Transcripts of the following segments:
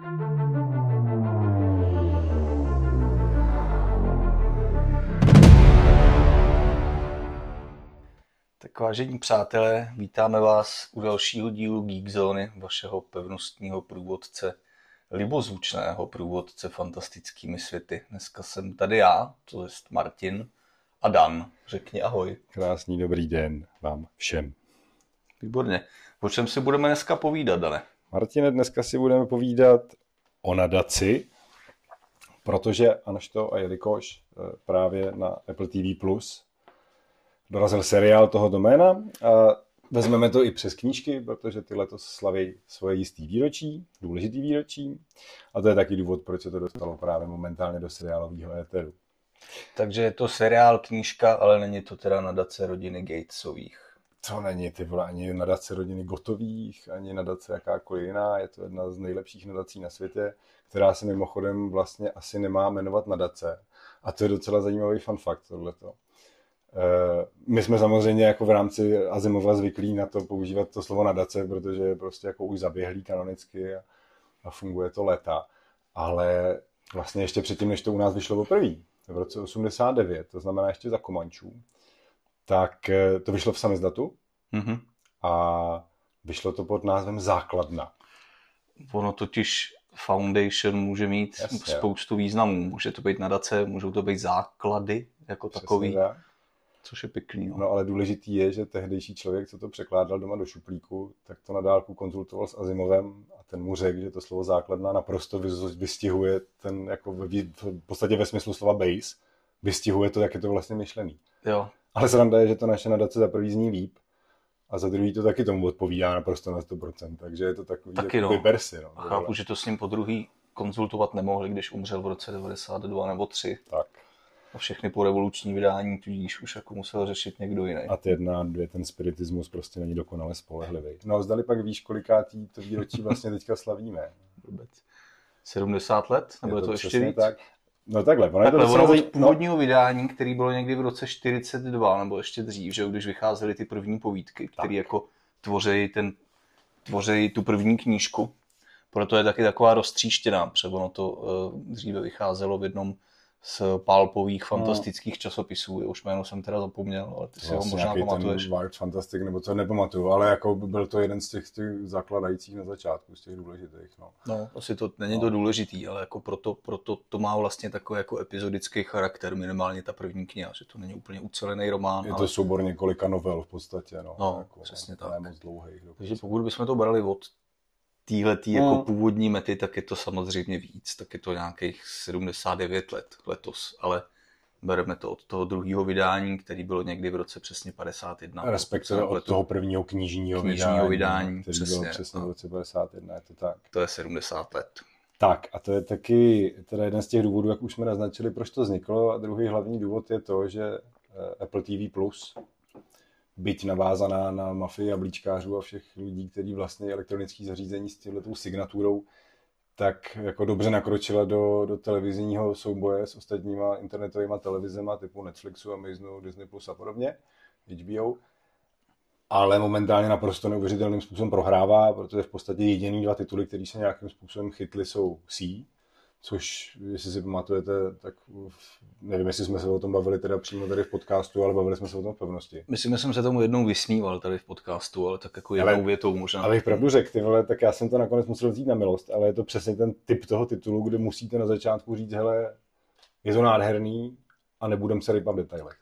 Tak vážení přátelé, vítáme vás u dalšího dílu Geek Zóny, vašeho pevnostního průvodce, libozvučného průvodce fantastickými světy. Dneska jsem tady já, to je Martin a Dan. Řekni ahoj. Krásný dobrý den vám všem. Výborně. O čem si budeme dneska povídat, Dane? Martine, dneska si budeme povídat o nadaci, protože Anšto a jelikož právě na Apple TV Plus dorazil seriál toho doména a vezmeme to i přes knížky, protože ty letos slaví svoje jistý výročí, důležitý výročí, a to je taky důvod, proč se to dostalo právě momentálně do seriálového éteru. Takže je to seriál, knížka, ale není to teda nadace rodiny Gatesových. To není, ty vole, ani nadace rodiny Gotových, ani nadace jakákoliv jiná, je to jedna z nejlepších nadací na světě, která se mimochodem vlastně asi nemá jmenovat nadace. A to je docela zajímavý fun fact, tohleto. My jsme samozřejmě jako v rámci Asimova zvyklí na to používat to slovo nadace, protože je prostě jako už zaběhlý kanonicky a funguje to léta. Ale vlastně ještě předtím, než to u nás vyšlo poprvé, v roce 89, to znamená ještě za Komančů, tak to vyšlo v samizdatu a vyšlo to pod názvem Základna. Ono totiž Foundation může mít spoustu významů. Může to být nadace, můžou to být základy jako přesně takový. Tak. Což je pěkný. No ale důležitý je, že tehdejší člověk, co to překládal doma do šuplíku, tak to na dálku konzultoval s Asimovem a ten mu řekl, že to slovo základna naprosto vystihuje ten, jako v podstatě ve smyslu slova base, vystihuje to, jak je to vlastně myšlený. Jo. Ale sranda je, že to naše nadace za prvý zní líp a za druhý to taky tomu odpovídá naprosto na 100%, takže je to takový taky jako vyber si. No, a chápu, že to s ním po druhý konzultovat nemohli, když umřel v roce 92 nebo 3. Tak. A všechny po revoluční vydání tudíž už jako musel řešit někdo jiný. A ty 1 a 2, ten spiritismus prostě není dokonale spolehlivý. No zdali pak víš, kolikátý to výročí vlastně teďka slavíme? 70 let? Nebo je to ještě víc? Tak. No takhle. Ono od původního vydání, který bylo někdy v roce 42 nebo ještě dřív, že když vycházely ty první povídky, které jako tvoří tu první knížku. Proto je taky taková roztříštěná, protože ono to dříve vycházelo v jednom z pálpových fantastických časopisů. Už jméno jsem teda zapomněl, ale ty si ho možná pamatuješ. Ten Wild Fantastic, nebo co nepamatuju, ale jako byl to jeden z těch zakladajících na začátku, z těch důležitých. No asi to není to důležitý, ale jako proto to má vlastně takový jako epizodický charakter, minimálně ta první kniha, že to není úplně ucelený román. Je to soubor několika novel v podstatě, jako, přesně tak. Moc dlouhých. Takže pokud bychom to brali od týhletý jako původní mety, tak je to samozřejmě víc, tak je to nějakých 79 let letos, ale bereme to od toho druhého vydání, který bylo někdy v roce přesně 51. Respektive od toho prvního knižního vydání, který bylo přesně v roce 51, je to tak. To je 70 let. Tak a to je taky teda jeden z těch důvodů, jak už jsme naznačili, proč to vzniklo, a druhý hlavní důvod je to, že Apple TV Plus, byť navázaná na mafii jablíčkářů a všech lidí, kteří vlastně elektronické zařízení s těmhletou signaturou, tak jako dobře nakročila do televizního souboje s ostatníma internetovými televizema typu Netflixu, Amazonu, Disney Plus a podobně, HBO, ale momentálně naprosto neuvěřitelným způsobem prohrává, protože v podstatě jediný 2 tituly, které se nějakým způsobem chytly, jsou C, což, jestli si pamatujete, tak nevím, jestli jsme se o tom bavili teda přímo tady v podcastu, ale bavili jsme se o tom v pevnosti. Myslím, že jsem se tomu jednou vysmíval tady v podcastu, ale tak jako jednou větou možná. Abych pravdu řekl, ty vole, tak já jsem to nakonec musel vzít na milost, ale je to přesně ten typ toho titulu, kde musíte na začátku říct, hele, je to nádherný a nebudem se rypat v detailech.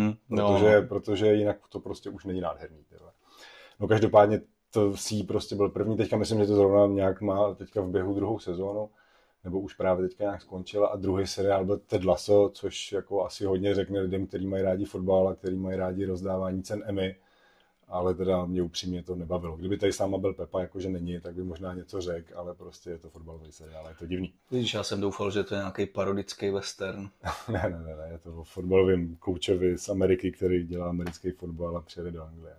Protože jinak to prostě už není nádherný. No každopádně to C prostě byl první, teďka myslím, že to zrovna nějak má teďka v běhu 2. sezónu, nebo už právě teďka nějak skončila, a druhý seriál byl Ted Lasso, což jako asi hodně řekne lidem, kteří mají rádi fotbal a kteří mají rádi rozdávání cen Emmy, ale teda mě upřímně to nebavilo. Kdyby tady sama byl Pepa, jakože není, tak by možná něco řekl, ale prostě je to fotbalový seriál, je to divný. Víš, já jsem doufal, že to je nějaký parodický western. ne, je to o fotbalovém koučovi z Ameriky, který dělá americký fotbal a přijede do Anglie.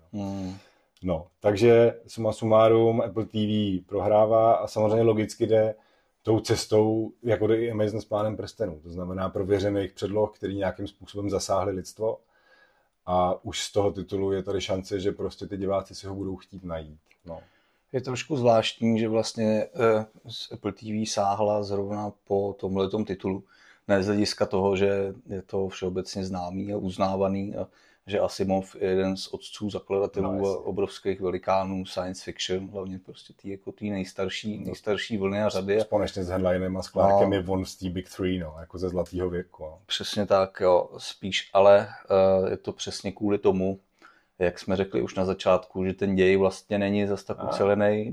No, takže suma sumárum, Apple TV prohrává a samozřejmě logicky jde tou cestou, jako jde i Amazon s Pánem prstenů. To znamená prověřených předloh, který nějakým způsobem zasáhly lidstvo. A už z toho titulu je tady šance, že prostě ty diváci si ho budou chtít najít. No. Je trošku zvláštní, že vlastně z Apple TV sáhla zrovna po tomhletom titulu. Ne z hlediska toho, že je to všeobecně známý a uznávaný a že Asimov je jeden z otců zakladatelů a obrovských velikánů science fiction, hlavně prostě tý nejstarší vlny a řady. Společně s Henleinem a s Clarkem je on z té Big Three, no, jako ze zlatého věku. No. Přesně tak, jo, spíš, ale je to přesně kvůli tomu, jak jsme řekli už na začátku, že ten děj vlastně není zas tak ucelený,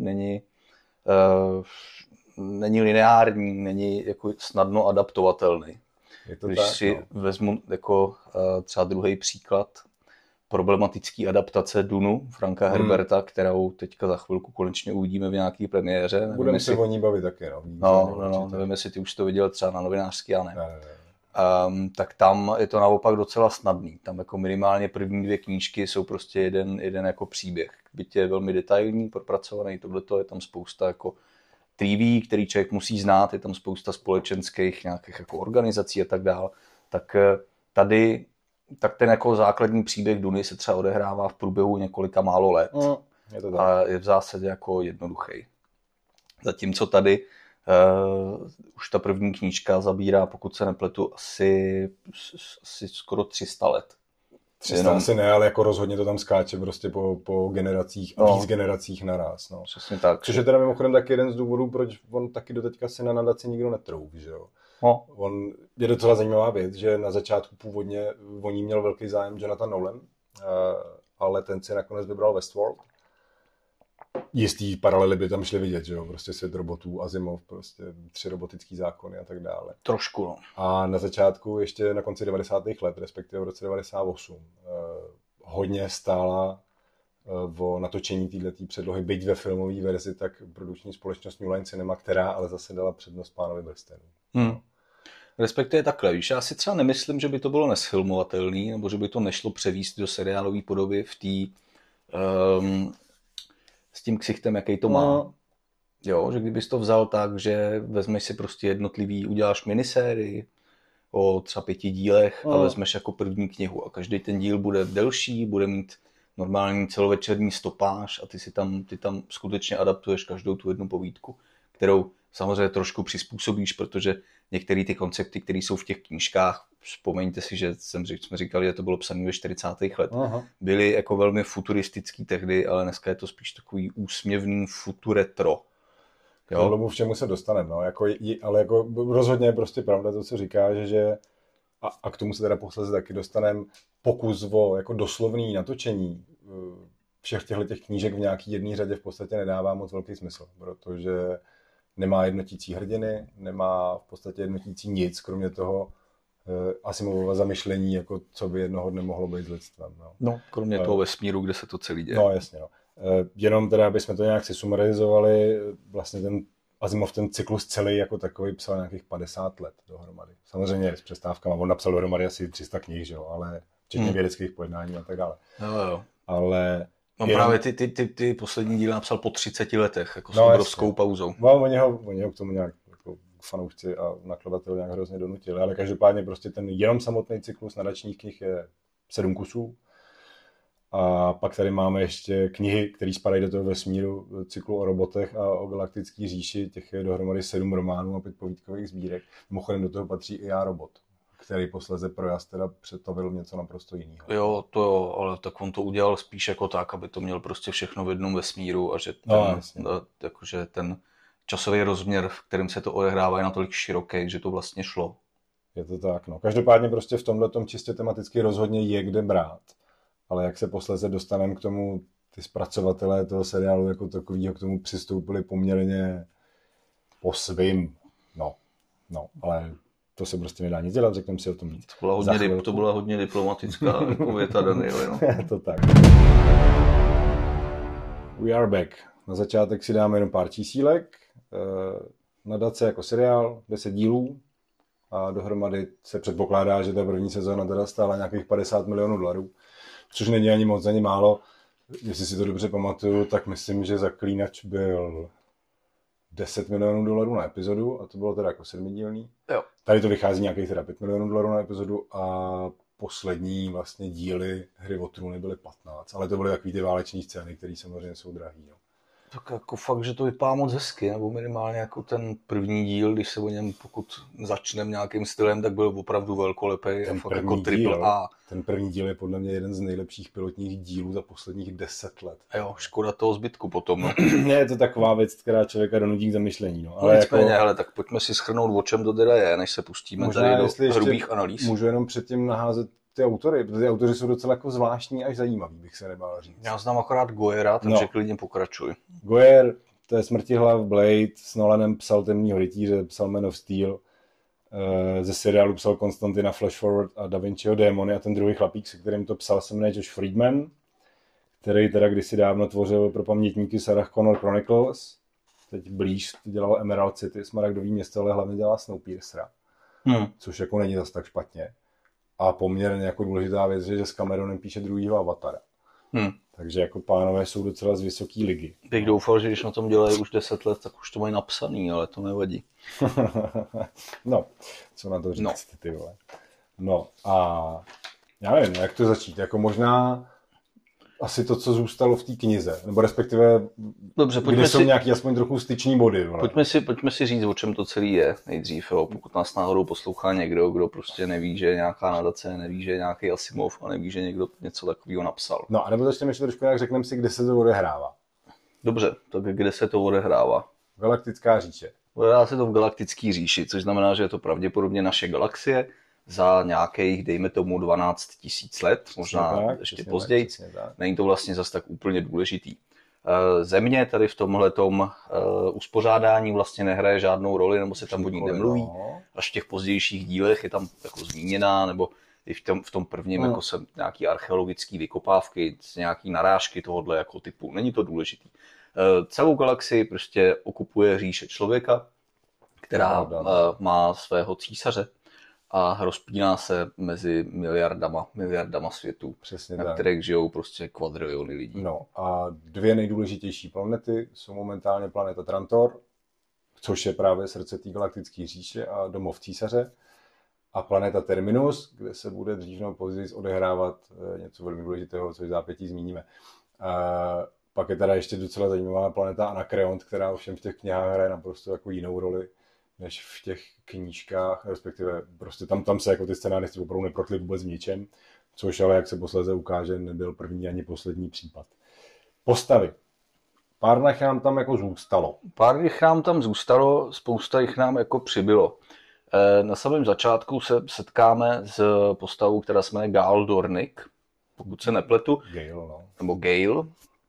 není lineární, není jako snadno adaptovatelný. Když tak, si vezmu jako třeba druhý příklad, problematický adaptace Dunu Franka Herberta, kterou teďka za chvilku konečně uvidíme v nějaký premiéře. Budeme se o ní bavit taky, no. Nevím, jestli ty už to viděl třeba na novinářský, já ne. Tak tam je to naopak docela snadný. Tam jako minimálně první 2 knížky jsou prostě jeden jako příběh. Byť je velmi detailní, propracovaný, tohleto je tam spousta jako triví, který člověk musí znát, je tam spousta společenských nějakých jako organizací a tak dál. Tak tady ten jako základní příběh Duny se třeba odehrává v průběhu několika málo let. Je to tak. A je v zásadě jako jednoduchý. Zatímco tady už ta první knížka zabírá, pokud se nepletu, asi skoro 300 let. 300 asi ne, ale jako rozhodně to tam skáče prostě po generacích a víc generacích naraz. No. Přesně tak. Což je teda mimochodem taky jeden z důvodů, proč on taky doteďka si na nadaci nikdo netrouf, že jo. On je docela zajímavá věc, že na začátku původně o ní měl velký zájem Jonathan Nolan, ale ten si nakonec vybral Westworld. Jistý paralely by tam šly vidět, že jo, prostě svět robotů, Asimov, prostě 3 robotický zákony a tak dále. Trošku, no. A na začátku, ještě na konci 90. let, respektive v roce 98, hodně stála o natočení této předlohy, byť ve filmové verzi, tak produkční společnost New Line Cinema, která ale zase dala přednost Pánovi prstenů. Respektive takhle, víš, já si třeba nemyslím, že by to bylo nesfilmovatelný, nebo že by to nešlo převést do seriálové podoby v té s tím ksichtem, jaký to má. Jo, že kdybys to vzal tak, že vezmeš si prostě jednotlivý, uděláš minisérii o třeba 5 dílech a vezmeš jako první knihu a každý ten díl bude delší, bude mít normální celovečerní stopáž a ty tam skutečně adaptuješ každou tu jednu povídku, kterou samozřejmě trošku přizpůsobíš, protože některé ty koncepty, které jsou v těch knížkách, vzpomeňte si, že jsme říkali, že to bylo psané ve 40. let, byly jako velmi futuristický tehdy, ale dneska je to spíš takový úsměvný futuretro. Jo? V čemu se dostaneme, no. Ale jako rozhodně je prostě pravda to, co říkáš, že a k tomu se teda posledně taky dostaneme, pokus o jako doslovný natočení všech těchto knížek v nějaký jedné řadě v podstatě nedává moc velký smysl, protože nemá jednotící hrdiny, nemá v podstatě jednotící nic, kromě toho Asimovova zamyšlení, jako co by jednoho dne mohlo být s lidstvem. No, kromě toho vesmíru, kde se to celý děje. No, jasně. No. Jenom teda, abychom to nějak si sumarizovali, vlastně ten Asimov ten cyklus celý jako takový psal nějakých 50 let dohromady. Samozřejmě s přestávkama, on napsal dohromady asi 300 knih, že jo, ale včetně vědeckých pojednání a tak dále. Jo. Ale právě ty poslední díly napsal po 30 letech, jako s obrovskou pauzou. No, oni ho k tomu nějak jako fanoušci a nakladatel nějak hrozně donutili, ale každopádně prostě ten jenom samotný cyklus nadačních knih je 7 kusů. A pak tady máme ještě knihy, které spadají do toho vesmíru, cyklu o robotech a o galaktické říši, těch je dohromady 7 románů a 5 povídkových sbírek. Mimochodem do toho patří i Já robot, který posléze pro Jas teda představil něco naprosto jiného. Jo, ale tak on to udělal spíš jako tak, aby to měl prostě všechno v jednom vesmíru a že jakože ten časový rozměr, v kterém se to odehrává, je natolik široký, že to vlastně šlo. Je to tak, no. Každopádně prostě v tomhletom čistě tematicky rozhodně je kde brát. Ale jak se posléze dostaneme k tomu, ty zpracovatelé toho seriálu jako takovýho k tomu přistoupili poměrně po svým. No, ale to se prostě nedá nic dělat, řekneme si o tom víc. To byla hodně diplomatická jako věta, Daniel. No. Je to tak. We are back. Na začátek si dáme jenom pár čísílek. Nadace jako seriál, 10 dílů. A dohromady se předpokládá, že ta první sezóna teda stála nějakých $50 milionů. Což není ani moc, ani málo. Jestli si to dobře pamatuju, tak myslím, že Zaklínač byl $10 milionů na epizodu a to bylo teda jako 7dílný. Jo. Tady to vychází nějakých teda $5 milionů na epizodu a poslední vlastně díly Hry o trůny byly 15, ale to byly takový ty váleční scény, které samozřejmě jsou drahý. No. Tak jako fakt, že to vypadá moc hezky, nebo minimálně jako ten první díl, když se o něm pokud začneme nějakým stylem, tak byl opravdu velkolepý a fakt jako triple A. Ten první díl je podle mě jeden z nejlepších pilotních dílů za posledních 10 let. A jo, škoda toho zbytku potom, no. Je to taková věc, která člověka donutí k zamyšlení, no. Ale nicméně, hele, tak pojďme si shrnout, o čem to teda je, než se pustíme možná tady do hrubých analýz. Můžu jenom předtím naházet ty autory, protože ty autoři jsou docela jako zvláštní až zajímavý, bych se nebál říct. Já znám akorát Goyera, takže klidně pokračuj. Goyer, to je Smrtihlav, Blade, s Nolanem psal Temního rytíře, psal Man of Steel, ze seriálu psal Konstantina Flash Forward a Da Vinciho Démony a ten druhý chlapík, se kterým to psal, se jmenuje Josh Friedman, který teda kdysi dávno tvořil pro pamětníky Sarah Connor Chronicles, teď blíž dělal Emerald City, Smaragdový město, ale hlavně dělal Snowpiercera, což jako není zas tak špatně. A poměrně jako důležitá věc, že s Cameronem píše druhýho Avatara. Takže jako pánové jsou docela z vysoké ligy. Bych doufal, že když na tom dělají už 10 let, tak už to mají napsaný, ale to nevadí. No, co na to říct, ty vole. No a já nevím, jak to začít. Jako možná asi to, co zůstalo v té knize, nebo respektive dobře, kde jsou nějaký aspoň trochu styční body. Pojďme si říct, o čem to celý je nejdřív. Jo. Pokud nás náhodou poslouchá někdo, kdo prostě neví, že je nějaká nadace, neví, že je nějaký Asimov a neví, že někdo něco takového napsal. No a nebo začneme ještě trošku, jak řekneme si, kde se to odehrává. Dobře, tak kde se to odehrává? Galaktická říše. Odehrává se to v galaktické říši, což znamená, že je to pravděpodobně naše galaxie za nějakých, dejme tomu, 12 000 let, možná tak, ještě později. Není to vlastně zas tak úplně důležitý. Země tady v tomhletom uspořádání vlastně nehraje žádnou roli, nebo se tam o ní nemluví. Až v těch pozdějších dílech je tam jako zmíněná, nebo i v tom prvním jako jsem nějaký archeologický vykopávky, nějaký narážky tohohle jako typu. Není to důležitý. Celou galaxii prostě okupuje říše člověka, která má svého císaře a rozpíná se mezi miliardama světů, přesně na kterých žijou prostě kvadriliony lidí. No a dvě nejdůležitější planety jsou momentálně planeta Trantor, což je právě srdce té galaktické říše a domov císaře, a planeta Terminus, kde se bude dřív nebo později odehrávat něco velmi důležitého, což v zápětí zmíníme. Pak je teda ještě docela zajímavá planeta Anakreont, která ovšem v těch knihách hraje naprosto jako jinou roli než v těch knížkách, respektive prostě tam se jako ty scénáristi opravdu neprotli vůbec v ničem, což ale, jak se posléze ukáže, nebyl první ani poslední případ. Postavy. Pár jich nám tam jako zůstalo. Spousta jich nám jako přibylo. Na samém začátku se setkáme s postavou, která se jmenuje Gal Dornick, pokud se nepletu. Nebo Gale.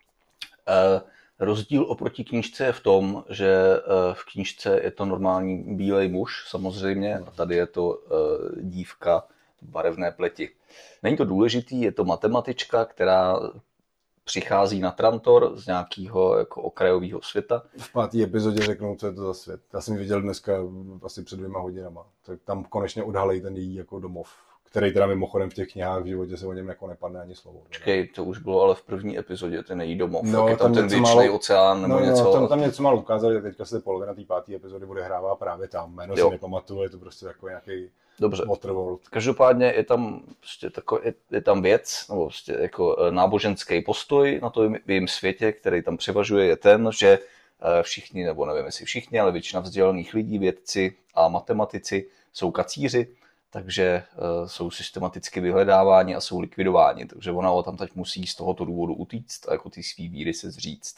Rozdíl oproti knížce je v tom, že v knížce je to normální bílej muž samozřejmě a tady je to dívka v barevné pleti. Není to důležitý, je to matematička, která přichází na Trantor z nějakého jako okrajového světa. V 5. epizodě řeknou, co je to za svět. Já jsem ji viděl dneska asi před 2 hodinama. Tak tam konečně odhalí ten její jako domov, který teda mimochodem v těch knihách v životě se o něm jako nepadne ani slovo. Počkej, to už bylo ale v první epizodě, ten její domov. No, je tam ten věčný oceán nebo něco. Tam něco málo ukázali, teďka se polovina té 5. epizody odehrává právě tam. Jméno si nepamatuju, je to prostě jako nějaký Waterworld. Každopádně je tam prostě je tam věc, nebo prostě jako náboženský postoj na to v jejím světě, který tam převažuje, je ten, že všichni, nebo nevím jestli všichni, ale většina vzdělaných lidí, vědci a matematici jsou kacíři, takže jsou systematicky vyhledáváni a jsou likvidováni. Takže ona ho tam teď musí z tohoto důvodu utíct a jako ty svý víry se zříct.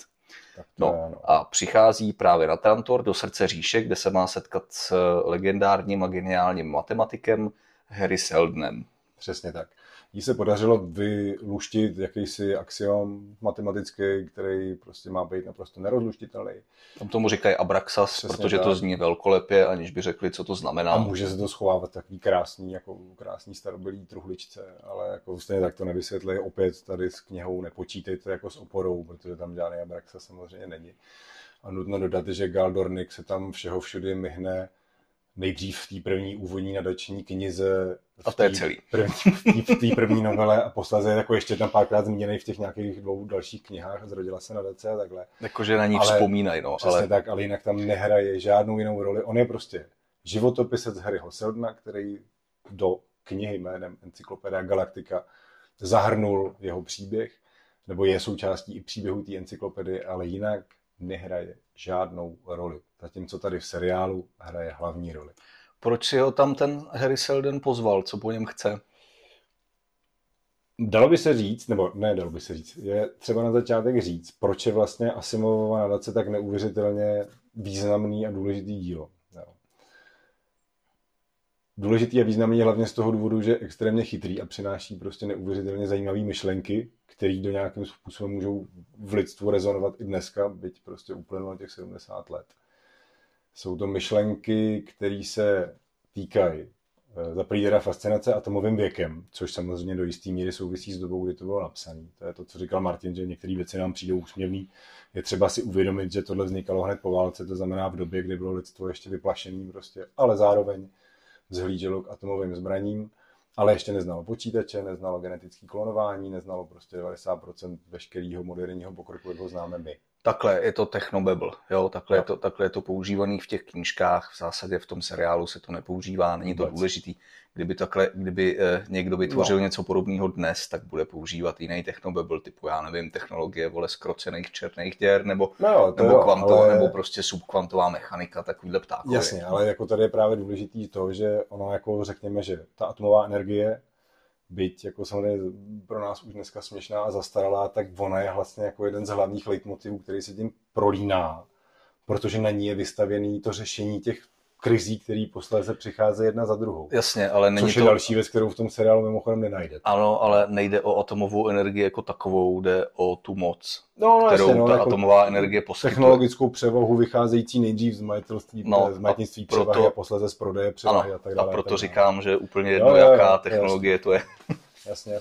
A přichází právě na Trantor do srdce říše, kde se má setkat s legendárním a geniálním matematikem Harry Seldenem. Přesně tak. Jí se podařilo vyluštit jakýsi axiom matematický, který prostě má být naprosto nerozluštitelný. Tam tomu říkají Abraxas, přesně protože tak. To zní velkolepě, aniž by řekli, co to znamená. A může se to schovávat takový krásný starobylý truhličce, ale jako stejně tak to nevysvětlí. Opět tady s knihou nepočítejte jako s oporou, protože tam žádný Abraxas samozřejmě není. A nutno dodat, že Gal Dornick se tam všeho všude myhne nejdřív v té první úvodní nadační knize. A to je celý. V té první novele a posléze jako ještě tam párkrát zmíněný v těch nějakých 2 dalších knihách. Zrodila se nadace a takhle. Jakože na ní vzpomínají. No, přesně tak, ale jinak tam nehraje žádnou jinou roli. On je prostě životopisec Harryho Seldena, který do knihy jménem Encyklopedia Galactica zahrnul jeho příběh, nebo je součástí i příběhu té encyklopedie, ale jinak nehraje žádnou roli. Zatímco tady v seriálu hraje hlavní roli. Proč si ho tam ten Harry Seldon pozval? Co po něm chce? Dalo by se říct, nebo ne dalo by se říct, je třeba na začátek říct, proč je vlastně Asimovova nadace tak neuvěřitelně významný a důležitý dílo. Jo. Důležitý a významný je hlavně z toho důvodu, že je extrémně chytrý a přináší prostě neuvěřitelně zajímavé myšlenky, které do nějakým způsobem můžou v lidstvu rezonovat i dneska, byť prostě uplynulo těch 70 let. Jsou to myšlenky, které se týkají za první teda fascinace atomovým věkem, což samozřejmě do jisté míry souvisí s dobou, kdy to bylo napsané. To je to, co říkal Martin, že některé věci nám přijdou úsměvný. Je třeba si uvědomit, že tohle vznikalo hned po válce, to znamená v době, kdy bylo lidstvo ještě vyplašené, prostě, ale zároveň vzhlíželo k atomovým zbraním, ale ještě neznalo počítače, neznalo genetické klonování, neznalo prostě 90% veškerého moderního pokroku, jak ho známe my. Takhle je to technobabble, jo? Takhle je to používaný v těch knížkách, v zásadě v tom seriálu se to nepoužívá, není to důležitý. Kdyby někdo vytvořil něco podobného dnes, tak bude používat jiný technobabble, typu, já nevím, technologie zkrocených černých děr, nebo nebo prostě subkvantová mechanika, takovýhle ptákově. Jasně, ale jako tady je právě důležitý to, že ono jako řekněme, že ta atomová energie, byť jako samozřejmě pro nás už dneska směšná a zastaralá, tak ona je vlastně jako jeden z hlavních leitmotivů, který se tím prolíná, protože na ní je vystavěný to řešení těch krizí, který posléze přicházejí jedna za druhou. Jasně, ale není což je další věc, kterou v tom seriálu mimochodem nenajdete. Ano, ale nejde o atomovou energii jako takovou, jde o tu moc, kterou ta jako atomová energie poskytuje. Technologickou převahu vycházející nejdřív z majitnictví převahy a posléze z prodeje převahy a tak dále. A proto říkám, že úplně jedno, jaká technologie to je. Jasně.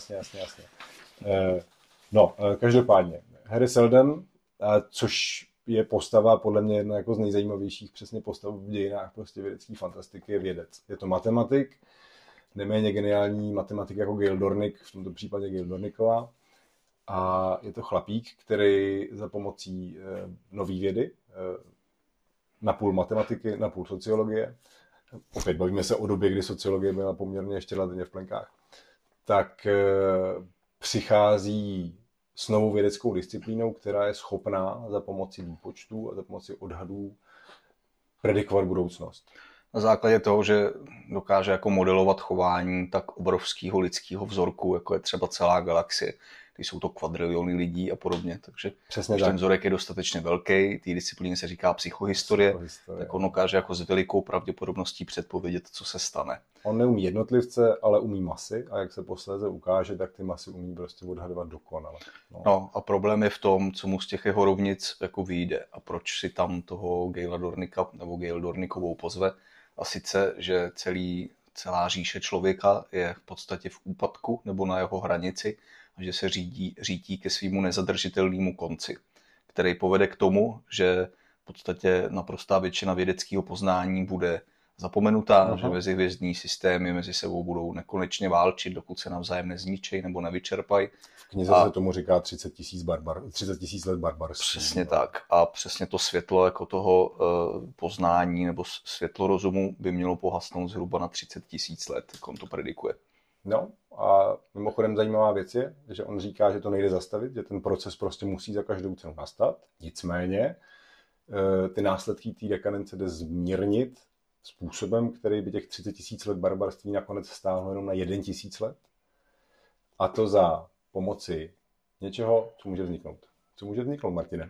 Každopádně, Harry Seldon, což je postava podle mě jedna jako z nejzajímavějších přesně postav v dějinách prostě vědecké fantastiky, je vědec. Je to matematik, neméně geniální matematik jako Gail Dornick, v tomto případě Gail Dornicková. A je to chlapík, který za pomocí nový vědy, napůl matematiky, napůl sociologie, opět bavíme se o době, kdy sociologie byla poměrně ještě ladeně v plenkách, tak přichází s novou vědeckou disciplínou, která je schopná za pomocí výpočtů a za pomocí odhadů predikovat budoucnost. Na základě toho, že dokáže jako modelovat chování tak obrovského lidského vzorku, jako je třeba celá galaxie, když jsou to kvadriliony lidí a podobně. Takže když ten vzorek je dostatečně velký, té disciplíně se říká psychohistorie, tak on dokáže jako s velikou pravděpodobností předpovědět, co se stane. On neumí jednotlivce, ale umí masy a jak se posléze ukáže, tak ty masy umí prostě odhadovat dokonale. No a problém je v tom, co mu z těch jeho rovnic jako vyjde a proč si tam toho Gaila Dornicka nebo Gail Dornickovou pozve. A sice, že celá říše člověka je v podstatě v úpadku nebo na jeho hranici a že se řítí ke svému nezadržitelnému konci, který povede k tomu, že v podstatě naprostá většina vědeckého poznání bude zapomenutá, že mezihvězdní systémy mezi sebou budou nekonečně válčit, dokud se navzájem nezničejí nebo nevyčerpají. V knize se tomu říká 30 000 let barbarství. Přesně tak. A přesně to světlo jako toho poznání nebo světlo rozumu by mělo pohasnout zhruba na 30 000 let, jak on to predikuje. No a mimochodem zajímavá věc je, že on říká, že to nejde zastavit, že ten proces prostě musí za každou cenu nastat. Nicméně ty následky té dekadence jde zmírnit způsobem, který by těch 30 000 let barbarství nakonec stáhlo jenom na 1 000 let. A to za pomoci něčeho, co může vzniknout. Co může vzniknout, Martine?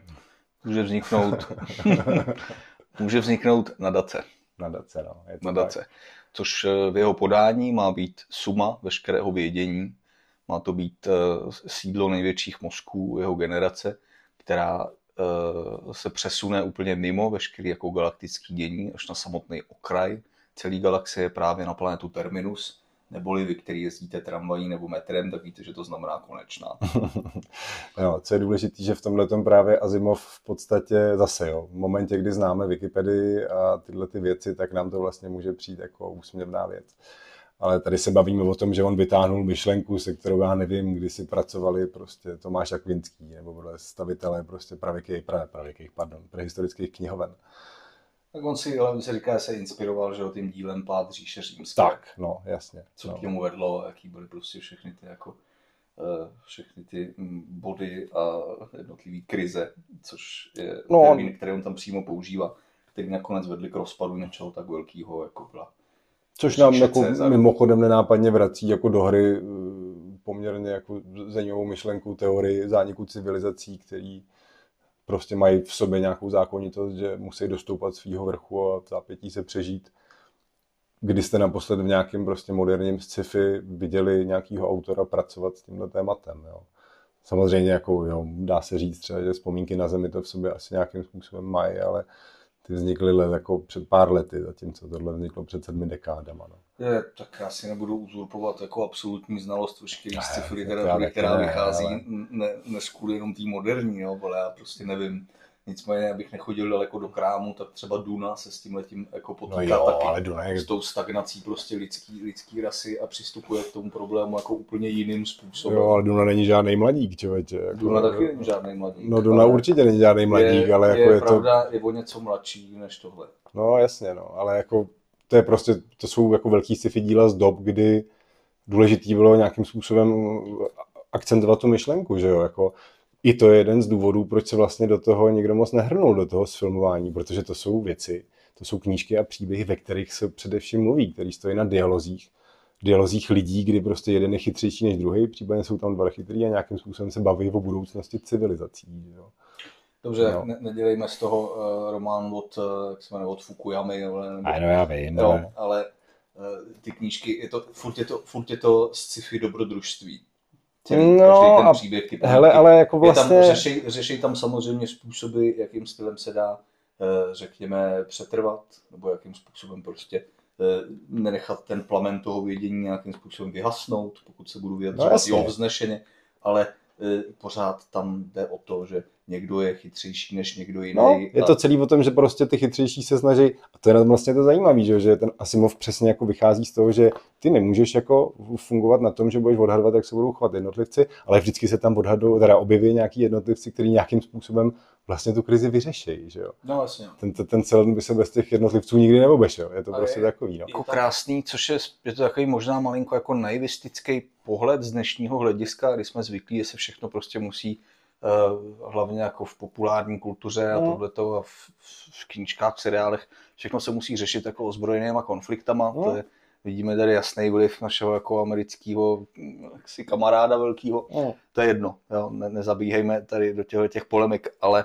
Může vzniknout nadace. Nadace, no. Nadace. Což v jeho podání má být suma veškerého vědění. Má to být sídlo největších mozků jeho generace, která se přesune úplně mimo veškerý jako galaktický dění až na samotný okraj celé galaxie, právě na planetu Terminus, neboli vy, který jezdíte tramvají nebo metrem, tak víte, že to znamená konečná. No, co je důležité, že v tomhletom právě Asimov v podstatě zase, v momentě, kdy známe Wikipedii a tyhle ty věci, tak nám to vlastně může přijít jako úsměvná věc. Ale tady se bavíme o tom, že on vytáhnul myšlenku, se kterou já nevím, kdy si pracovali prostě Tomáš Akvinský nebo stavitelé prostě prehistorických knihoven. Tak on si, ale se říká, se inspiroval, že tím dílem Pád říše římské. Tak, no, jasně. Co k němu vedlo, jaký byly prostě všechny ty jako všechny ty body a jednotlivý krize, což je termín, který on tam přímo používá, který nakonec vedli k rozpadu něčeho tak velkého, jako byla. Což nám jako mimochodem nenápadně vrací jako do hry poměrně jako zajímavou myšlenku teorii zániku civilizací, který prostě mají v sobě nějakou zákonitost, že musí dostoupat svýho vrchu a v zápětí se přežít. Kdy jste naposled v nějakém prostě moderním sci-fi viděli nějakého autora pracovat s tímhle tématem, jo? Samozřejmě jako, jo, dá se říct třeba, že vzpomínky na Zemi to v sobě asi nějakým způsobem mají, ale ty vznikly jako před pár lety, zatímco tohle vzniklo před 7 dekádama. No. Tak já si nebudu uzurpovat jako absolutní znalost veškerý sci-fi literatury, která vychází, ne kvůli jenom tý moderní, jo, ale já prostě nevím. Nicméně, abych nechodil daleko do krámu, tak třeba Duna se s tímhletím jako potýká taky s tou stagnací prostě lidský rasy a přistupuje k tomu problému jako úplně jiným způsobem. Jo, ale Duna není žádný mladík, člověče. Jako, Duna taky není žádný mladík. No Duna určitě není žádný mladík, ale jako je pravda, je o něco mladší než tohle. No jasně, no, ale jako to je prostě, to jsou jako velký sci-fi díla z dob, kdy důležitý bylo nějakým způsobem akcentovat tu myšlenku, že jo, jako i to je jeden z důvodů, proč se vlastně do toho nikdo moc nehrnul, do toho sfilmování, protože to jsou věci, to jsou knížky a příběhy, ve kterých se především mluví, který stojí na dialozích lidí, kdy prostě jeden je chytřejší než druhý, případně jsou tam dva chytrý a nějakým způsobem se baví o budoucnosti civilizací. Jo. Dobře, no. Nedělejme z toho román od Fukuyamy. Ano, já vím. Jo, ale ty knížky, furt je to sci-fi dobrodružství. Každý ten příběh, ty hele, ale jako vlastně... řešej tam samozřejmě způsoby, jakým stylem se dá, řekněme, přetrvat, nebo jakým způsobem prostě nenechat ten plamen toho vědění nějakým způsobem vyhasnout, pokud se budu vyjadřovat vznešeně, ale pořád tam jde o to, že někdo je chytřejší než někdo jiný. No, je to celý o tom, že prostě ty chytřejší se snaží, a to je vlastně to zajímavé, že ten Asimov přesně jako vychází z toho, že ty nemůžeš jako fungovat na tom, že budeš odhadovat, jak se budou chovat jednotlivci, ale vždycky se tam objeví nějaký jednotlivci, který nějakým způsobem vlastně tu krizi vyřeší, že jo. No vlastně. Ten cel by se bez těch jednotlivců nikdy neobešel, je to prostě takový, no. Jako krásný, což je to takový možná malinko jako naivistický pohled z dnešního hlediska, kdy jsme zvyklí, že se všechno prostě musí hlavně jako v populární kultuře a tohleto a v knížkách, v seriálech, všechno se musí řešit jako ozbrojenýma konfliktama. To je, vidíme tady jasný vliv našeho jako amerického kamaráda velkého. To je jedno, jo? Nezabíhejme tady do těch polemik, ale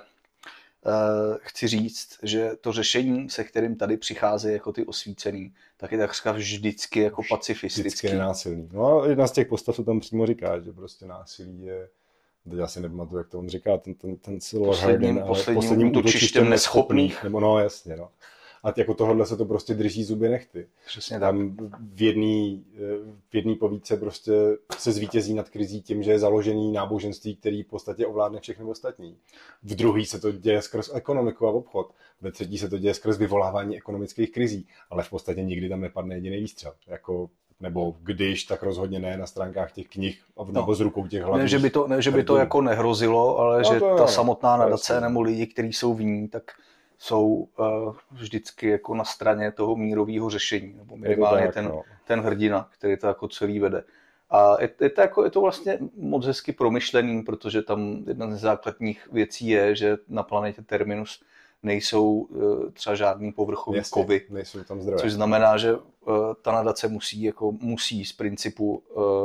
chci říct, že to řešení, se kterým tady přichází jako ty osvícený, tak je takřka vždycky jako pacifistický. Vždycky nenásilný. No a jedna z těch postav to tam přímo říká, že prostě násilí je, teď já si nepamatuju, jak to on říká, ten Lord Harden, posledním útočištěm neschopných. Nebo no jasně, no. A jako tohle se to prostě drží zuby nechty. Přesně tam v jedné povídce prostě se zvítězí nad krizí tím, že je založený náboženství, který v podstatě ovládne všechny ostatní. V druhý se to děje skrz ekonomiku a obchod. Ve třetí se to děje skrz vyvolávání ekonomických krizí. Ale v podstatě nikdy tam nepadne jediný výstřel. Jako, nebo když, tak rozhodně ne na stránkách těch knih, nebo z rukou těch hlavních. Ne, že by to jako nehrozilo, ale že ta samotná nadace nebo lidi, kteří jsou v ní, tak jsou vždycky jako na straně toho mírového řešení, nebo minimálně ten hrdina, který to jako celý vede. A je to vlastně moc hezky promyšlený, protože tam jedna z základních věcí je, že na planetě Terminus nejsou třeba žádný povrchový kovy, nejsou tam zdroje. Což znamená, že ta nadace musí z principu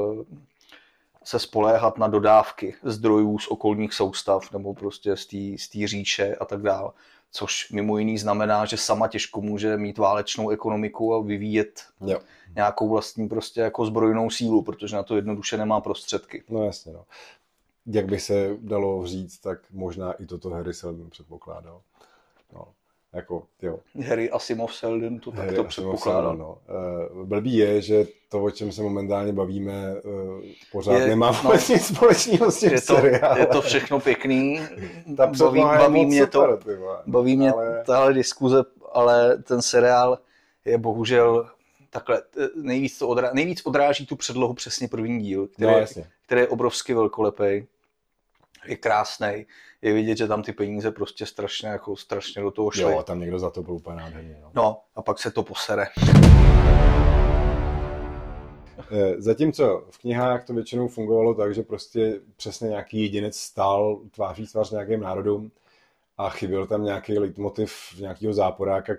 se spoléhat na dodávky zdrojů z okolních soustav nebo prostě z té říše a tak dále. Což mimo jiný znamená, že sama těžko může mít válečnou ekonomiku a vyvíjet nějakou vlastní prostě jako zbrojnou sílu, protože na to jednoduše nemá prostředky. No jasně, no. Jak by se dalo říct, tak možná i toto Harry Seldon předpokládal. No, jako, jo. Harry Asimov Seldon to takto předpokládal. No. Blbý je, že to, o čem se momentálně bavíme, pořád nemá vůbec nic společného s tím seriálem. Je to všechno pěkný, baví mě tahle diskuze, ale ten seriál je bohužel takhle, nejvíc odráží tu předlohu přesně první díl, který je obrovsky velkolepý, je krásnej, je vidět, že tam ty peníze prostě strašně do toho šly. Jo, tam někdo za to byl úplně nádherně. No, a pak se to posere. Zatímco v knihách to většinou fungovalo tak, že prostě přesně nějaký jedinec stál tváří tvář nějakým národům a chyběl tam nějaký leitmotiv nějakého záporáka,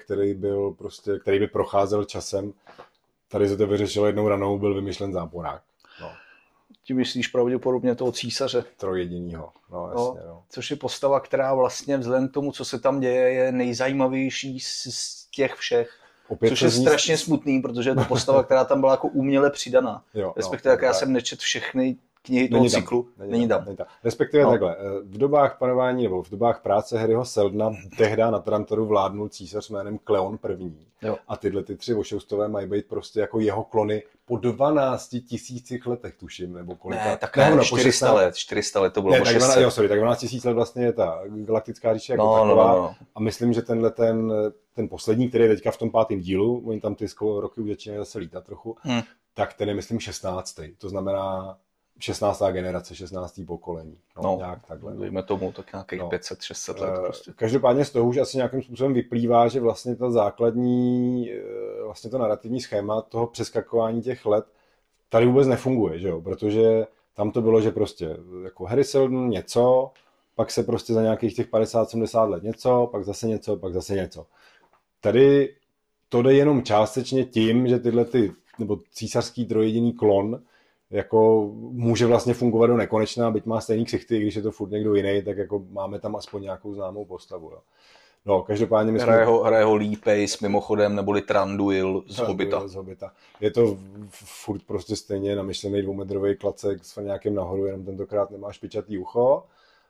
který by procházel časem. Tady se to vyřešilo jednou ranou, byl vymyšlen záporák. No. Ti myslíš pravděpodobně toho císaře? Trojedinýho, no jasně. No. Což je postava, která vlastně vzhledem k tomu, co se tam děje, je nejzajímavější z těch všech. Opět což je strašně smutný, protože je to postava, která tam byla jako uměle přidaná. Respektive, jak já jsem nečet všechny knihy toho cyklu. Není tam. Respektive takhle. V dobách panování nebo v dobách práce Harryho Seldona tehdy na Tarantoru vládnul císař jménem Kleon I. A tyhle ty 3 vošoustové mají být prostě jako jeho klony po 12 000 letech, tuším, nebo kolik. Ne, tak ne, 400 let to bylo. Ne, tak 12 000 let vlastně je ta galaktická říše jako taková. No. A myslím, že ten poslední, který je teďka v tom 5. dílu, oni tam ty roky už začínají zase lítat trochu, tak ten je myslím 16. To znamená 16. generace, 16. pokolení. No, nějak takhle. Dejme tomu tak nějakých 500-600 let. Prostě. Každopádně z toho už asi nějakým způsobem vyplývá, že vlastně ta základní, vlastně to narrativní schéma toho přeskakování těch let tady vůbec nefunguje, že jo? Protože tam to bylo, že prostě jako Harry Seldon něco, pak se prostě za nějakých těch 50-70 let něco, pak zase něco, pak zase něco. Tady to jde jenom částečně tím, že nebo císařský trojjediný klon jako může vlastně fungovat do nekonečna, byť má stejný ksichty, když je to furt někdo jiný, tak jako máme tam aspoň nějakou známou postavu. Jo. No, každopádně hraje ho Lee Pace mimochodem, neboli Thranduil z Hobbita. Je to furt prostě stejně namyšlený 2metrový klacek s nějakým nahoru, jenom tentokrát nemá špičatý ucho.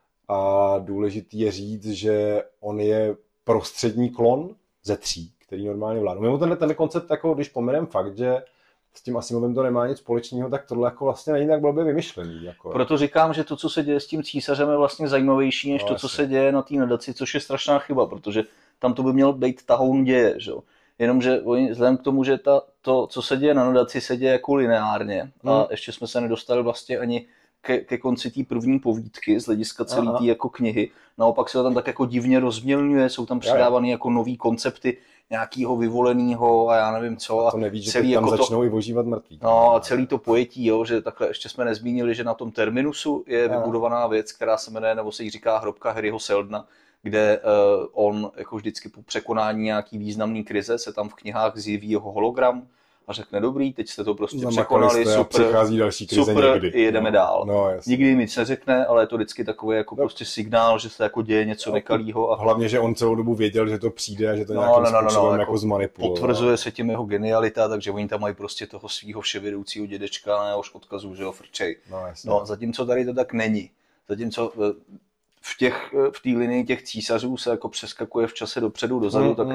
A důležitý je říct, že on je prostřední klon ze 3, který normálně vládnou. Mimo tenhle koncept, jako když pomenem fakt, že s tím Asimovem to nemá nic společného, tak tohle jako vlastně není tak blbě vymyšlený. Jako. Proto říkám, že to, co se děje s tím císařem, je vlastně zajímavější, než to, co se děje na té nadaci, což je strašná chyba, protože tam to by měl být tahoun děje, že? Jenomže vzhledem k tomu, že to, co se děje na nadaci, se děje jako lineárně a ještě jsme se nedostali vlastně ani ke konci té první povídky z hlediska celé té jako knihy. Naopak se to tam tak jako divně rozmělňuje, jsou tam přidávané jako nový koncepty nějakého vyvoleného a já nevím co. A to nevíš, že tam jako začnou i ožívat mrtví. No a celý to pojetí, jo, že takhle ještě jsme nezmínili, že na tom terminusu je vybudovaná věc, která se jmenuje, nebo se jí říká hrobka Harryho Seldona, kde on jako vždycky po překonání nějaký významný krize se tam v knihách zjeví jeho hologram a řekne dobrý, teď jste to prostě překonali, přichází další krize někdy. Jedeme dál. No, nikdy nic neřekne, ale je to vždycky takový jako prostě signál, že se jako děje něco nekalýho. A hlavně, že on celou dobu věděl, že to přijde a že to nějakým způsobem jako zmanipuloval. Potvrzuje se tím jeho genialita, takže oni tam mají prostě toho svého vševědoucího dědečka, na jehož odkazu, že ho frčej. No, zatímco tady to tak není. Zatímco v té linii těch císařů se jako přeskakuje v čase dopředu, dozadu, tak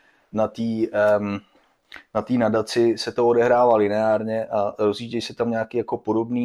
na té nadaci se to odehrává lineárně a rozjíždějí se tam nějaký jako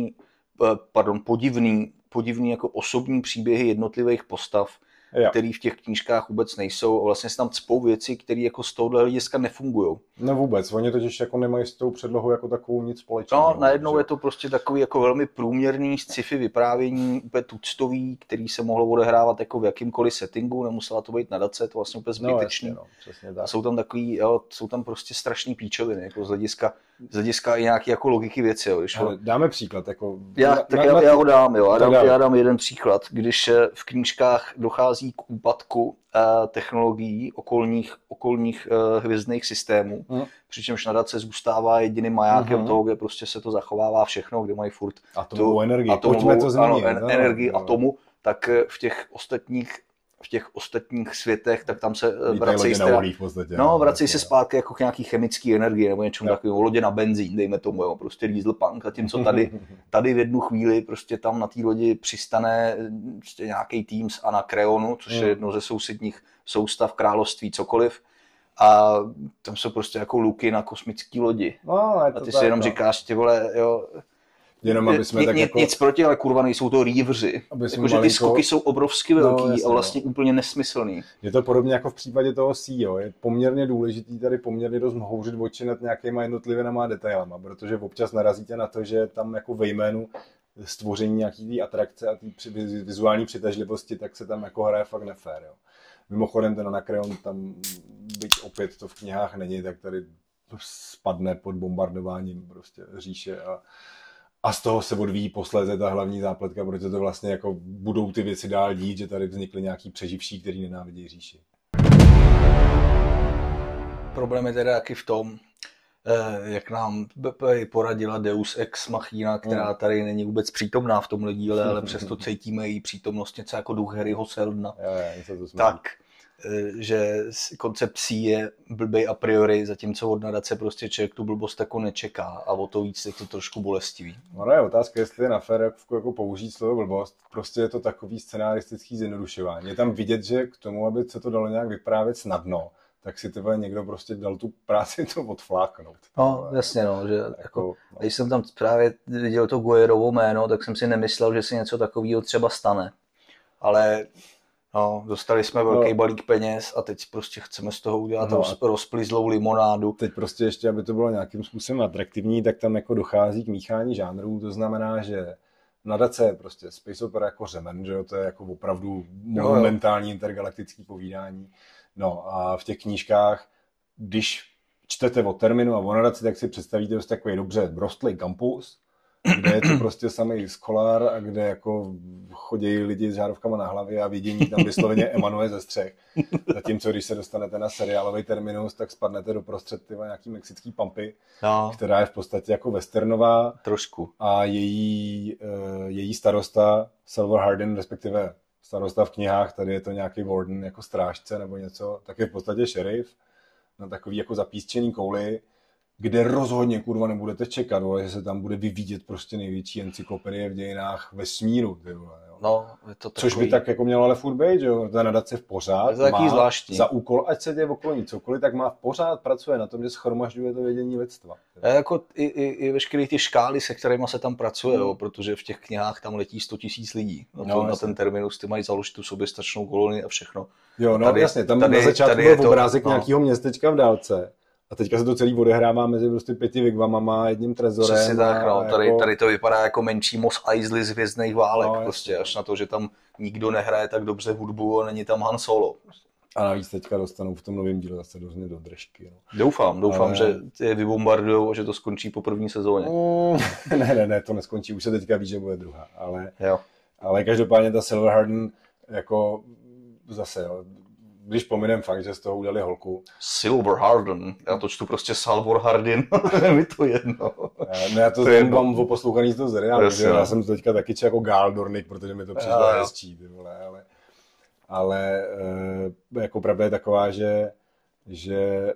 podivný jako osobní příběhy jednotlivých postav, které v těch knížkách vůbec nejsou a vlastně se tam cpou věci, které jako z tohohle hlediska nefungují. No vůbec, oni totiž jako nemají s tou předlohou jako takovou nic společného. No, najednou je to prostě takový jako velmi průměrný sci-fi vyprávění, úplně tuctový, který se mohlo odehrávat jako v jakýmkoliv settingu, nemusela to být nadace, to vlastně úplně zbytečný. No, přesně tak. A jsou tam prostě strašný píčoviny, jako z hlediska i nějaký jako logiky věci. Jo, dáme příklad. Jako já ho dám, jo. Já dám jeden příklad. Když v knížkách dochází k úpadku technologií okolních hvězdných systémů, přičemž nadace zůstává jediným majákem toho, kde prostě se to zachovává všechno, kde mají furt atomovou energii. Pojďme to zmínit. Energii atomu, tak v těch ostatních světech, tak tam se vracejí se zpátky jako k nějaký chemický energii nebo něčemu takového, lodě na benzín, dejme tomu, jo, prostě dieselpunk, zatímco tady v jednu chvíli prostě tam na té lodi přistane prostě nějaký tým z Anakreonu, což je jedno ze sousedních soustav království cokoliv, a tam jsou prostě jako luky na kosmické lodi. A ty si jenom říkáš, ty vole, jo, jenom aby jsme tak jako... Nic proti, ale kurva nejsou to rývři. Jakože ty skoky jsou obrovsky velký a vlastně úplně nesmyslný. Je to podobně jako v případě toho CEO. Je poměrně důležitý tady poměrně dost houřit oči nad nějakýma jednotlivými detailama, protože občas narazíte na to, že tam jako ve jménu stvoření nějaký té atrakce a té vizuální přitažlivosti, tak se tam jako hraje fakt nefér. Jo. Mimochodem ten Anakreon tam, byť opět to v knihách není, tak tady spadne pod bombardováním prostě říše a z toho se odvíjí posléze ta hlavní zápletka, protože to vlastně jako budou ty věci dál dít, že tady vznikly nějaký přeživší, který nenávidí říši. Problém je teda taky v tom, jak nám poradila Deus Ex Machina, která tady není vůbec přítomná v tomhle díle, ale přesto cítíme její přítomnost něco jako duch Harryho Seldona. Tak, že koncept psí je blbej a priori, zatímco od nadace prostě člověk tu blbost jako nečeká a o to víc je to trošku bolestivý. Ono je otázka, jestli je na férovku jako použít slovo blbost, prostě je to takový scenaristický zjednodušování. Je tam vidět, že k tomu, aby se to dalo nějak vyprávět snadno, tak si tebe někdo prostě dal tu práci to odfláknout. No, jasně, no, že jako, když jsem tam právě viděl to Guerovo jméno, tak jsem si nemyslel, že se něco takového třeba stane. Ale no, dostali jsme velký balík peněz a teď prostě chceme z toho udělat rozplizlou limonádu. Teď prostě ještě, aby to bylo nějakým způsobem atraktivní, tak tam jako dochází k míchání žánrů, to znamená, že nadace je prostě space opera jako řemen, že jo, to je jako opravdu monumentální intergalaktický povídání. No a v těch knížkách, když čtete o terminu a o nadaci, tak si představíte prostě takový dobře rostlý kampus, kde je to prostě samý skolár a kde jako chodí lidi s žárovkama na hlavě a vidění tam vysloveně emanuje ze střech. Zatímco když se dostanete na seriálový terminus, tak spadnete do prostřed nějaký mexický pampy, která je v podstatě jako westernová. Trošku. A její starosta, Silver Hardin, respektive starosta v knihách, tady je to nějaký warden jako strážce nebo něco, tak je v podstatě šerif na takový jako zapísčený kouli, kde rozhodně kurva nebudete čekat, vole, že se tam bude vyvíjet prostě největší encyklopedie v dějinách vesmíru, ty vole, jo. No, je to takový... Což by tak jako mělo ale furt být, že jo, ta nadace v pořád má zvláštní. Za úkol, ať se děje okolo ní cokoliv, tak má v pořád pracuje na tom, že shromažďuje to vědění lidstva. A jako i veškeré ty škály, se kterými se tam pracuje, jo, protože v těch knihách tam letí 100 000 lidí. Na ten terminus ty mají založit tu soběstačnou kolonii a všechno. Jo, no tady, jasně, tam na začátku byl obrázek nějakého městečka v dálce. A teďka se to celý odehrává mezi prostě 5 wigwamama a jedním trezorem. Přesně tak, no. Tady to vypadá jako menší Mos Eisley z Hvězdných válek, no, prostě, až na to, že tam nikdo nehraje tak dobře hudbu a není tam Han Solo. A navíc teďka dostanou v tom novém díle zase do držky. No. Doufám, že je vybombardujou a že to skončí po první sezóně. Ne, to neskončí, už se teďka ví, že bude druhá. Ale každopádně ta Silver Hardin jako zase, jo, když pominem fakt, že z toho udělali holku. Silver Hardin. Já to čtu prostě Salvor Hardin. Mi to jedno. No já to mám oposlouchaný z toho seriálu. Já jsem to teďka taky jako Gal Dornick, protože mi to přišlo hezčí. Ale jako pravda je taková, že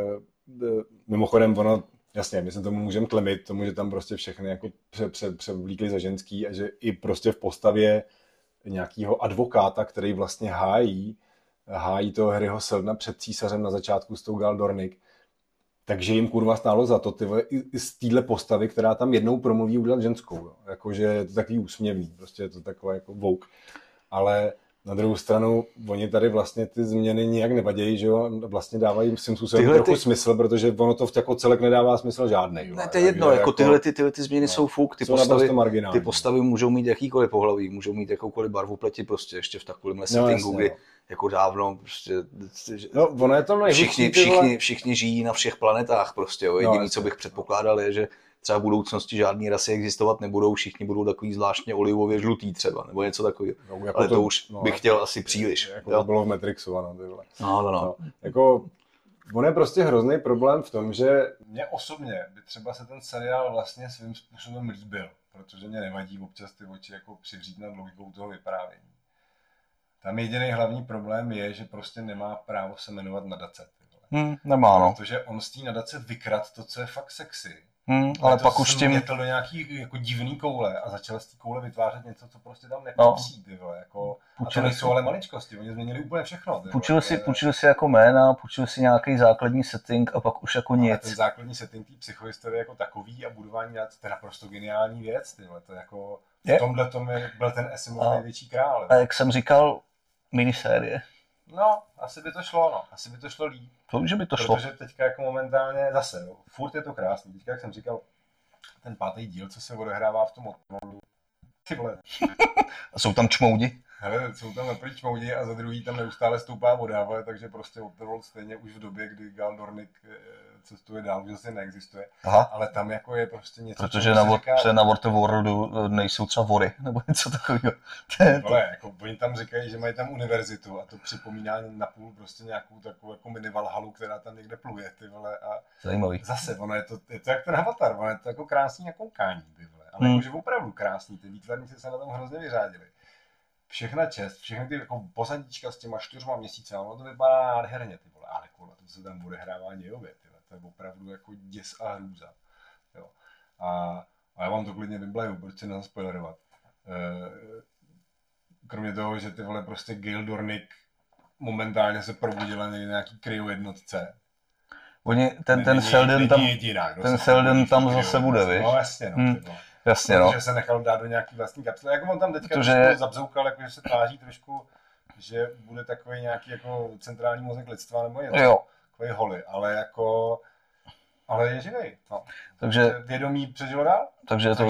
mimochodem ono, jasně, my se tomu můžeme tlemit, tomu, že tam prostě všechny jako převlíkli za ženský a že i prostě v postavě nějakého advokáta, který vlastně hájí toho Harryho Seldona před císařem na začátku s tou Gal Dornick. Takže jim kurva stálo za to i z téhle postavy, která tam jednou promluví, udělat ženskou. Jo. Jakože je to takový úsměvný, prostě je to takové jako vouk. Ale na druhou stranu, oni tady vlastně ty změny nijak nevadějí, že jo, vlastně dávají svým způsobem trochu smysl, protože ono to jako celek nedává smysl žádnej. Jo. Ne, to je jedno, jako tyhle změny jsou fuk, ty postavy můžou mít jakýkoliv pohlaví, můžou mít jakoukoliv barvu pleti, prostě ještě v takovémhle settingu, kdy jako dávno prostě... No, ono je to všichni žijí na všech planetách prostě, jo. Jediný, co bych předpokládal, je, že třeba v budoucnosti žádný rasy existovat nebudou, všichni budou takový zvláštně olivově žlutý třeba, nebo něco takového. No, jako ale to už bych chtěl asi příliš. Jako to bylo v Matrixu, ano. No. Jako, on je prostě hrozný problém v tom, že mě osobně by třeba se ten seriál vlastně svým způsobem líbil, protože mě nevadí občas ty oči jako přivřít nad logikou toho vyprávění. Tam jediný hlavní problém je, že prostě nemá právo se jmenovat nadace. Nemá, no. Protože on z té nadace vykrat to, co je fakt sexy. Ale pak už tím... Mětl do nějaký jako divný koule a začal z té koule vytvářet něco, co prostě tam nepatří, ty vole, jako... A to nejsou ale maličkosti, oni změnili úplně všechno. Půjčil si jako jména, půjčil si nějaký základní setting a pak už jako nic. Ten základní setting té psychohistorie jako takový a budování, to je naprosto geniální věc, ty vole, to jako... V tomhle tom byl ten Asimov největší král. A jak jsem říkal, minisérie. No, asi by to šlo líp. Že by to šlo. Protože teďka jako momentálně zase, jo, furt je to krásný. Teďka, jak jsem říkal, ten 5. díl, co se odehrává v tom opravdu. Ty vole. A jsou tam čmoudi? Hele, jsou tam naprý čmoudi a za druhý tam neustále stoupá voda, takže prostě Waterworld stejně už v době, kdy Gal Dornick cestuje dál, už asi neexistuje. Aha. Ale tam jako je prostě něco, protože na Waterworldu nejsou třeba vory, nebo něco takového. Vole, jako oni tam říkají, že mají tam univerzitu a to připomíná napůl prostě nějakou takovou jako mini Valhalu, která tam někde pluje, ty vole. A zajímavý. Zase, ono je to jak ten Avatar, ono je to jako krásný jako koukání, ty vole. Ale jakože opravdu krásný, ty výtvarníci se na tom hrozně vyřádili. Všechna čest, všechny ty jako pozadíčka s těma 4 měsíci, ono to vypadá nádherně, ty vole, ale kurva, to se tam odehrává dějově, ty vole, to je opravdu jako děs a hrůza. Jo. A já vám to klidně vyblaju, protože nezaspoilerovat. Kromě toho, že ty vole prostě Gail Dornick momentálně se probudila někde nějaký kryo jednotce. Ten Selden tam zase bude, víš? No jasně, no. Jasně, protože se nechal dát do nějaký vlastní kapsle. Jako on tam teďka trošku zabzoukal, jako, že se tváří trošku, že bude takový nějaký jako centrální mozek lidstva nebo něco. Takový holy, ale je živej. No. Takže vědomí přežilo dál? Takže je to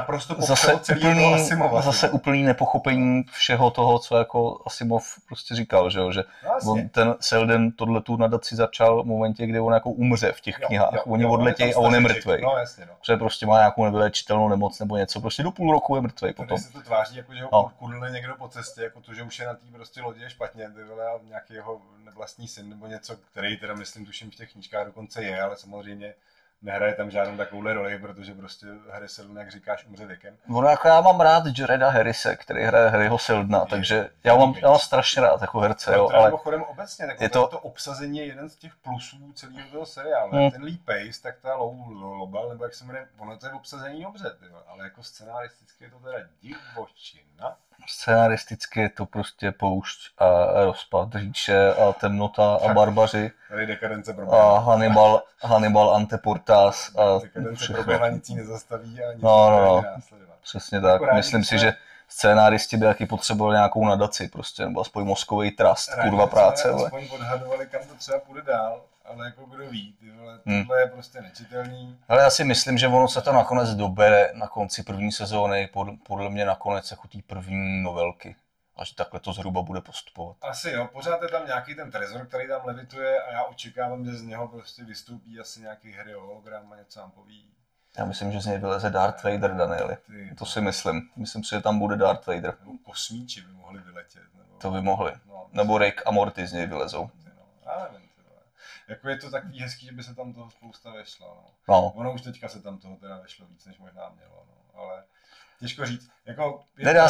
zase úplný nepochopení všeho toho, co jako Asimov prostě říkal, že on ten Selden tu nadaci začal v momentě, kdy on jako umře v těch knihách. Oni odletějí a on je mrtvej. No, jasně, no. Protože prostě má nějakou nevyléčitelnou nemoc nebo něco, prostě do půl roku je mrtvej potom. Se to tváří, jako, že ho kudlne někdo po cestě, jako to, že už je na té prostě lodi špatně, a nějaký jeho nevlastní syn nebo něco, který teda myslím, tuším v těch knížkách dokonce je, ale samozřejmě nehraje tam žádnou takovouhle roli, protože prostě Harry Seldon, jak říkáš, umře věkem. Ono jako já mám rád Jareda Harrise, který hraje Harryho Seldona, takže já mám strašně rád jako herce, jo, ale mimochodem obecně, tak to obsazení je jeden z těch plusů celého toho seriálu. Ten Lee Pace, tak ta Lobel, nebo jak se jmenuje, ono to je obsazení dobře, ale jako scenaristicky je to teda divočina. Scenaristicky je to prostě poušť a rozpad říše a temnota a barbaři. Tady dekadence proběhla. A Hannibal Anteportas a dekadence proběhla, nic jí nezastaví a nic následovat. Přesně tak. Myslím si, že scénáristi by taky potřebovali nějakou nadaci prostě, nebo aspoň mozkový trust, kurva práce. Aspoň odhadovali, kam to třeba půjde dál. Ale jako kdo ví, ty vole, tohle je prostě nečitelný. Ale já si myslím, že ono se to nakonec dobere na konci první sezóny, podle mě nakonec jako té první novelky. Až takhle to zhruba bude postupovat. Asi jo, pořád je tam nějaký ten trezor, který tam levituje a já očekávám, že z něho prostě vystoupí asi nějaký Harry hologram a něco nám poví. Já myslím, že z něj vyleze Darth Vader, Danieli. To si myslím. Myslím si, že tam bude Darth Vader. Nebo kosmíči by mohli vyletět. To by mohli. No, nebo Rick a Morty z něj vylezou. Já nevím. Jako je to takový hezký, že by se tam toho spousta vešlo. No. Ono už teďka se tam toho teda vešlo víc, než možná mělo. No. Ale těžko říct. Jako,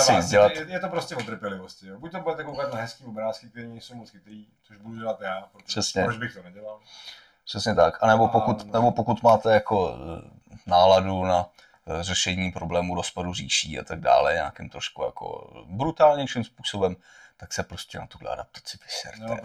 je to prostě o trpělivosti. Jo. Buď to budete koukat na hezký obrázky, které nejsou moc chytrý, což budu dělat já, proč bych to nedělal. Přesně tak. A nebo pokud máte jako náladu na řešení problému rozpadu říší a tak dále, nějakým trošku jako brutálnějším způsobem, tak se prostě na tuhle adaptaci vyserte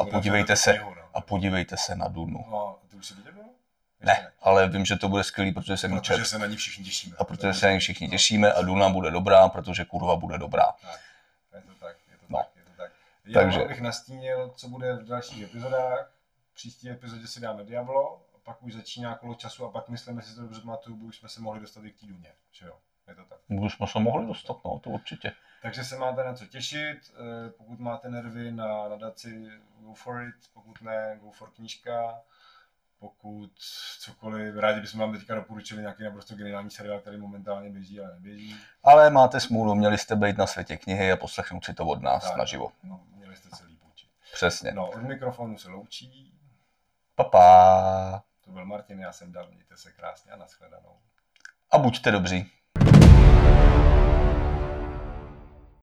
a podívejte se na Dunu. No, ty už jsi viděl? Ne, ale vím, že to bude skvělý, protože jsem ji četl. Protože se na ní všichni těšíme. A protože se na ní všichni těšíme a Duna bude dobrá, protože kurva bude dobrá. Tak, je to tak. Já bych nastínil, co bude v dalších epizodách. V příští epizodě si dáme Diablo, a pak už začíná kolo času a pak myslíme, si to dobře pamatuju, už jsme se mohli dostat i k té Duně. Že jo? Je to tak. Už jsme se mohli dostat, no, to určitě. Takže se máte na co těšit, pokud máte nervy na nadaci, go for it, pokud ne, go for knížka, pokud cokoliv, rádi bychom vám teďka doporučili nějaký naprosto geniální seriál, který momentálně běží, ale neběží. Ale máte smůlu, měli jste být na světě knihy a poslechnout si to od nás tak, naživo. No, měli jste celý půjčit. Přesně. No, od mikrofonu se loučí. Pa. To byl Martin, já jsem Dal, mějte se krásně a nashledanou. A buďte dobří.